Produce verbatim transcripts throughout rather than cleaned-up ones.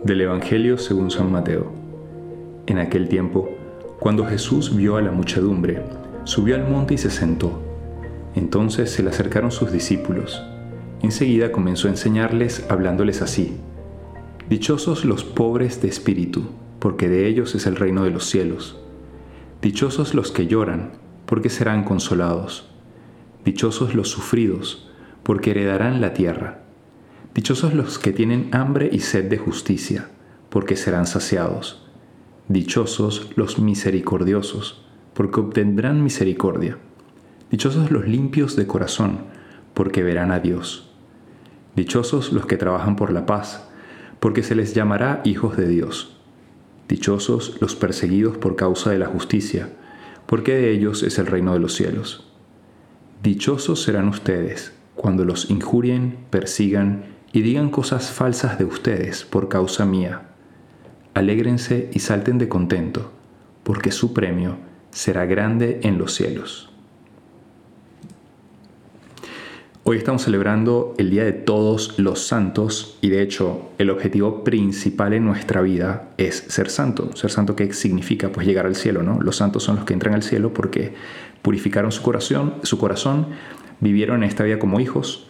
Del Evangelio según San Mateo. En aquel tiempo, cuando Jesús vio a la muchedumbre, subió al monte y se sentó. Entonces se le acercaron sus discípulos. Enseguida comenzó a enseñarles hablándoles así: Dichosos los pobres de espíritu, porque de ellos es el reino de los cielos. Dichosos los que lloran, porque serán consolados. Dichosos los sufridos, porque heredarán la tierra. Dichosos los que tienen hambre y sed de justicia, porque serán saciados. Dichosos los misericordiosos, porque obtendrán misericordia. Dichosos los limpios de corazón, porque verán a Dios. Dichosos los que trabajan por la paz, porque se les llamará hijos de Dios. Dichosos los perseguidos por causa de la justicia, porque de ellos es el reino de los cielos. Dichosos serán ustedes cuando los injurien, persigan y digan cosas falsas de ustedes por causa mía. Alégrense y salten de contento, porque su premio será grande en los cielos. Hoy estamos celebrando el Día de Todos los Santos y de hecho el objetivo principal en nuestra vida es ser santo. Ser santo, ¿qué significa? Pues llegar al cielo, ¿no? Los santos son los que entran al cielo porque purificaron su corazón, su corazón, vivieron en esta vida como hijos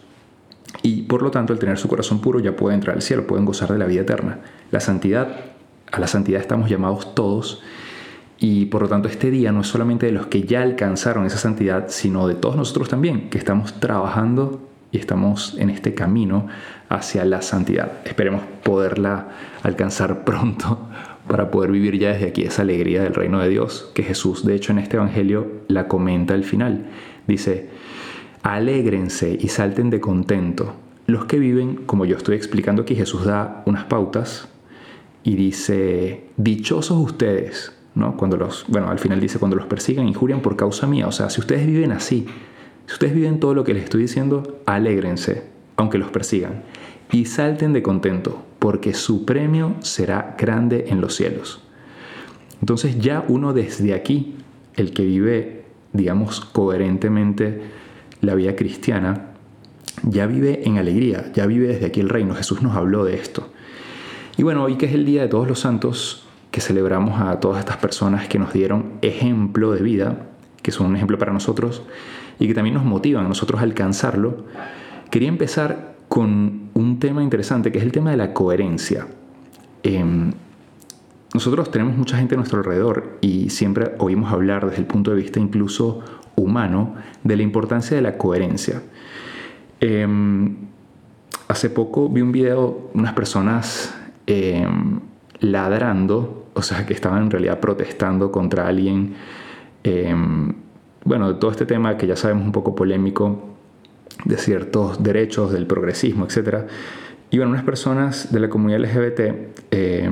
y por lo tanto al tener su corazón puro ya pueden entrar al cielo, pueden gozar de la vida eterna. La santidad, a la santidad estamos llamados todos. Y por lo tanto este día no es solamente de los que ya alcanzaron esa santidad, sino de todos nosotros también, que estamos trabajando y estamos en este camino hacia la santidad. Esperemos poderla alcanzar pronto para poder vivir ya desde aquí esa alegría del reino de Dios, que Jesús, de hecho, en este Evangelio la comenta al final. Dice: alégrense y salten de contento los que viven, como yo estoy explicando aquí. Jesús da unas pautas y dice: dichosos ustedes, ¿no? Cuando los, bueno, al final dice: cuando los persigan, injurian por causa mía. O sea, si ustedes viven así, si ustedes viven todo lo que les estoy diciendo, alégrense, aunque los persigan, y salten de contento, porque su premio será grande en los cielos. Entonces ya uno desde aquí, el que vive, digamos, coherentemente la vida cristiana, ya vive en alegría, ya vive desde aquí el reino. Jesús nos habló de esto. Y bueno, hoy que es el Día de Todos los Santos, que celebramos a todas estas personas que nos dieron ejemplo de vida, que son un ejemplo para nosotros y que también nos motivan a nosotros a alcanzarlo, quería empezar con un tema interesante, que es el tema de la coherencia. Eh, nosotros tenemos mucha gente a nuestro alrededor y siempre oímos hablar desde el punto de vista incluso humano de la importancia de la coherencia. Eh, hace poco vi un video de unas personas eh, ladrando, o sea, que estaban en realidad protestando contra alguien, eh, bueno, de todo este tema que ya sabemos un poco polémico, de ciertos derechos, del progresismo, etcétera. Y bueno, unas personas de la comunidad L G B T, eh,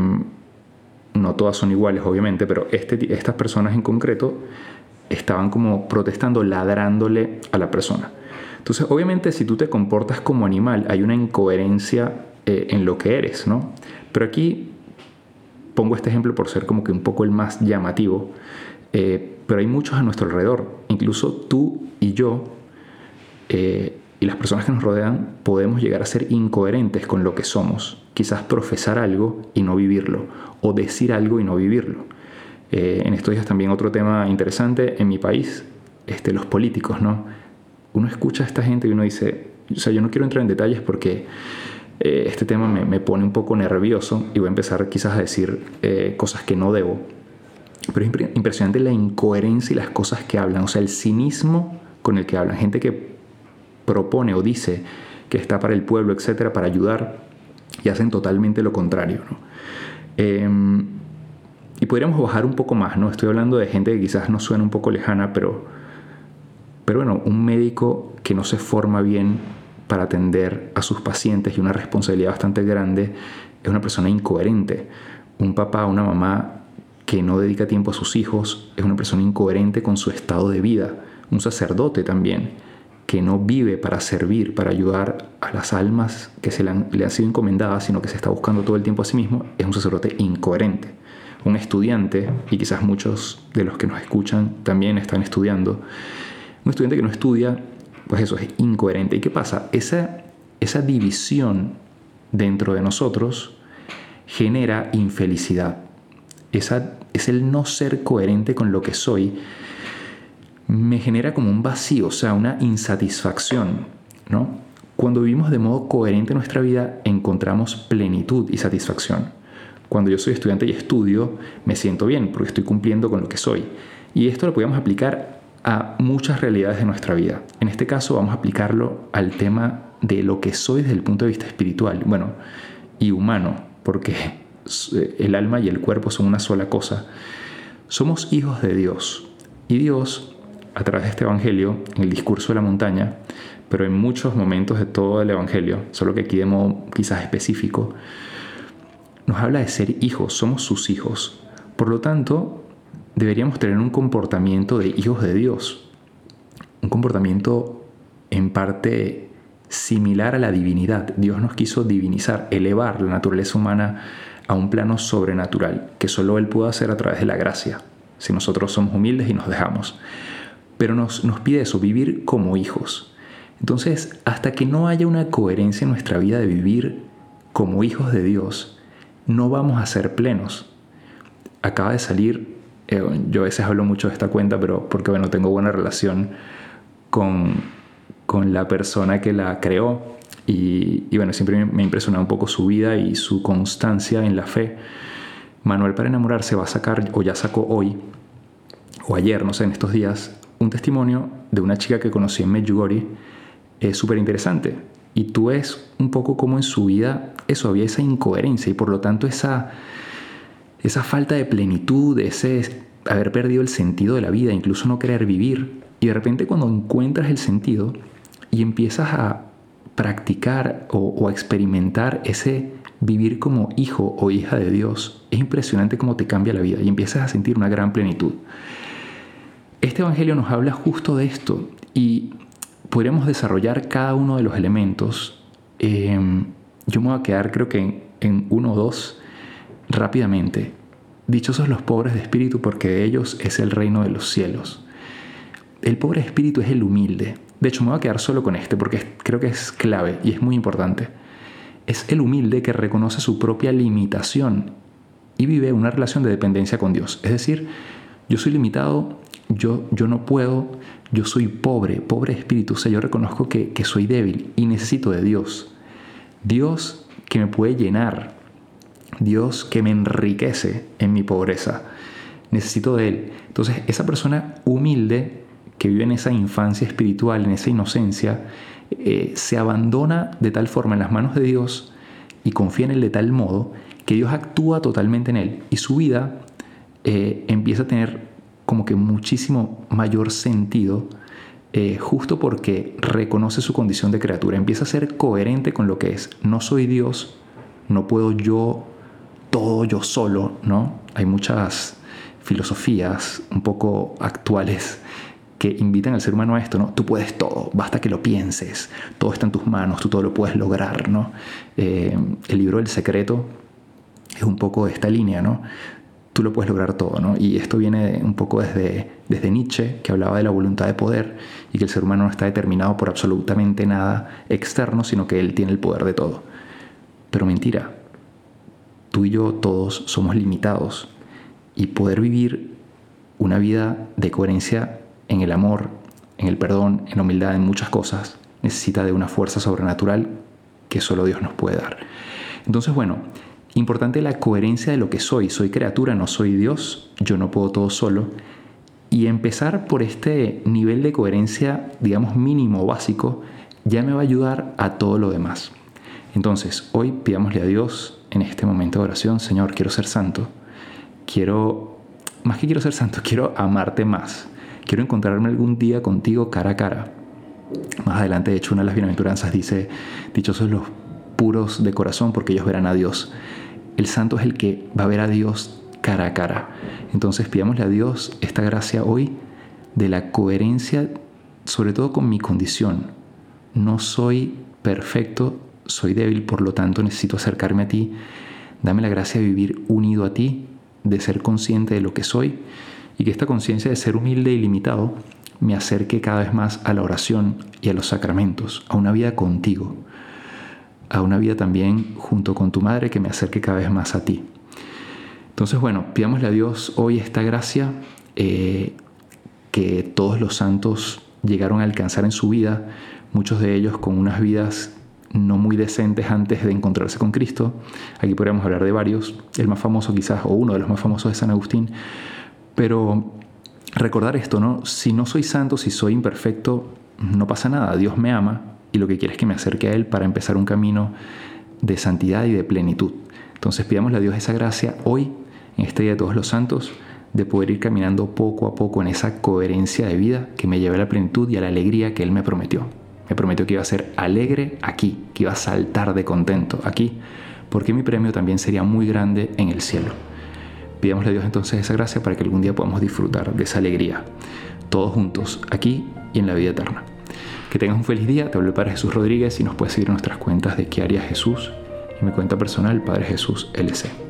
no todas son iguales obviamente, pero este, estas personas en concreto estaban como protestando, ladrándole a la persona. Entonces, obviamente, si tú te comportas como animal, hay una incoherencia eh, en lo que eres, ¿no? Pero aquí pongo este ejemplo por ser como que un poco el más llamativo, eh, pero hay muchos a nuestro alrededor, incluso tú y yo, eh, y las personas que nos rodean, podemos llegar a ser incoherentes con lo que somos. Quizás profesar algo y no vivirlo, o decir algo y no vivirlo. Eh, en estos días también otro tema interesante en mi país, este, los políticos, ¿no? Uno escucha a esta gente y uno dice, o sea, yo no quiero entrar en detalles porque eh, este tema me, me pone un poco nervioso y voy a empezar quizás a decir eh, cosas que no debo. Pero es impre- impresionante la incoherencia y las cosas que hablan, o sea, el cinismo con el que hablan. Gente que propone o dice que está para el pueblo, etcétera, para ayudar, y hacen totalmente lo contrario, ¿no? Eh, y podríamos bajar un poco más, ¿no? Estoy hablando de gente que quizás nos suena un poco lejana, pero, pero bueno, un médico que no se forma bien para atender a sus pacientes y una responsabilidad bastante grande es una persona incoherente. Un papá, una mamá que no dedica tiempo a sus hijos es una persona incoherente con su estado de vida. Un sacerdote también, que no vive para servir, para ayudar a las almas que se le han, le han sido encomendadas, sino que se está buscando todo el tiempo a sí mismo, es un sacerdote incoherente. Un estudiante, y quizás muchos de los que nos escuchan también están estudiando, un estudiante que no estudia, pues eso es incoherente. ¿Y qué pasa? Esa, esa división dentro de nosotros genera infelicidad. Esa, es el no ser coherente con lo que soy. Me genera como un vacío, o sea, una insatisfacción, ¿no? Cuando vivimos de modo coherente en nuestra vida, encontramos plenitud y satisfacción. Cuando yo soy estudiante y estudio, me siento bien porque estoy cumpliendo con lo que soy. Y esto lo podemos aplicar a muchas realidades de nuestra vida. En este caso vamos a aplicarlo al tema de lo que soy desde el punto de vista espiritual, bueno, y humano, porque el alma y el cuerpo son una sola cosa. Somos hijos de Dios. Y Dios, a través de este evangelio, en el discurso de la montaña, pero en muchos momentos de todo el evangelio, solo que aquí de modo quizás específico, nos habla de ser hijos, somos sus hijos. Por lo tanto, deberíamos tener un comportamiento de hijos de Dios, un comportamiento en parte similar a la divinidad. Dios nos quiso divinizar, elevar la naturaleza humana a un plano sobrenatural, que solo Él pudo hacer a través de la gracia, si nosotros somos humildes y nos dejamos. Pero nos, nos pide eso, vivir como hijos. Entonces, hasta que no haya una coherencia en nuestra vida de vivir como hijos de Dios, no vamos a ser plenos. Acaba de salir, eh, yo a veces hablo mucho de esta cuenta, pero porque bueno, tengo buena relación con, con la persona que la creó. Y, y bueno, siempre me ha impresionado un poco su vida y su constancia en la fe. Manual para enamorarse va a sacar, o ya sacó hoy, o ayer, no sé, en estos días, un testimonio de una chica que conocí en Medjugorje, es súper interesante. Y tú ves un poco cómo en su vida eso, había esa incoherencia y por lo tanto esa, esa falta de plenitud, ese haber perdido el sentido de la vida, incluso no querer vivir. Y de repente cuando encuentras el sentido y empiezas a practicar o, o a experimentar ese vivir como hijo o hija de Dios, es impresionante cómo te cambia la vida y empiezas a sentir una gran plenitud. Este evangelio nos habla justo de esto y podríamos desarrollar cada uno de los elementos. Eh, yo me voy a quedar creo que en, en uno o dos rápidamente. Dichosos los pobres de espíritu porque de ellos es el reino de los cielos. El pobre de espíritu es el humilde. De hecho, me voy a quedar solo con este porque creo que es clave y es muy importante. Es el humilde que reconoce su propia limitación y vive una relación de dependencia con Dios. Es decir, yo soy limitado, yo, yo no puedo, yo soy pobre, pobre de espíritu. O sea, yo reconozco que, que soy débil y necesito de Dios. Dios que me puede llenar, Dios que me enriquece en mi pobreza. Necesito de Él. Entonces, esa persona humilde que vive en esa infancia espiritual, en esa inocencia, eh, se abandona de tal forma en las manos de Dios y confía en Él de tal modo que Dios actúa totalmente en él y su vida eh, empieza a tener como que muchísimo mayor sentido eh, justo porque reconoce su condición de criatura, empieza a ser coherente con lo que es. No soy Dios, no puedo yo todo yo solo, ¿no? Hay muchas filosofías un poco actuales que invitan al ser humano a esto, ¿no? Tú puedes todo, basta que lo pienses, todo está en tus manos, tú todo lo puedes lograr, ¿no? Eh, el libro del secreto es un poco de esta línea, ¿no? Tú lo puedes lograr todo, ¿no? Y esto viene un poco desde, desde Nietzsche, que hablaba de la voluntad de poder y que el ser humano no está determinado por absolutamente nada externo, sino que él tiene el poder de todo. Pero mentira, tú y yo todos somos limitados y poder vivir una vida de coherencia en el amor, en el perdón, en la humildad, en muchas cosas, necesita de una fuerza sobrenatural que solo Dios nos puede dar. Entonces, bueno, importante la coherencia de lo que soy. Soy criatura, no soy Dios, yo no puedo todo solo. Y empezar por este nivel de coherencia, digamos, mínimo, básico, ya me va a ayudar a todo lo demás. Entonces, hoy pidámosle a Dios en este momento de oración: Señor, quiero ser santo. Quiero, más que quiero ser santo, quiero amarte más. Quiero encontrarme algún día contigo cara a cara. Más adelante, de hecho, una de las bienaventuranzas dice: dichosos los puros de corazón, porque ellos verán a Dios. El santo es el que va a ver a Dios cara a cara. Entonces, pidámosle a Dios esta gracia hoy de la coherencia, sobre todo con mi condición. No soy perfecto, soy débil, por lo tanto necesito acercarme a ti. Dame la gracia de vivir unido a ti, de ser consciente de lo que soy, y que esta conciencia de ser humilde y limitado me acerque cada vez más a la oración y a los sacramentos, a una vida contigo. a una vida también junto con tu madre que me acerque cada vez más a ti. Entonces, bueno, pidámosle a Dios hoy esta gracia eh, que todos los santos llegaron a alcanzar en su vida, muchos de ellos con unas vidas no muy decentes antes de encontrarse con Cristo. Aquí podríamos hablar de varios, el más famoso quizás, o uno de los más famosos es San Agustín, pero recordar esto, ¿no? Si no soy santo, si soy imperfecto, no pasa nada, Dios me ama y lo que quiere es que me acerque a Él para empezar un camino de santidad y de plenitud. Entonces pidámosle a Dios esa gracia hoy, en este Día de Todos los Santos, de poder ir caminando poco a poco en esa coherencia de vida que me lleve a la plenitud y a la alegría que Él me prometió. Me prometió que iba a ser alegre aquí, que iba a saltar de contento aquí, porque mi premio también sería muy grande en el cielo. Pidámosle a Dios entonces esa gracia para que algún día podamos disfrutar de esa alegría, todos juntos, aquí y en la vida eterna. Que tengas un feliz día. Te hablo el Padre Jesús Rodríguez y nos puedes seguir en nuestras cuentas de ¿Qué haría Jesús? Y mi cuenta personal, Padre Jesús L C.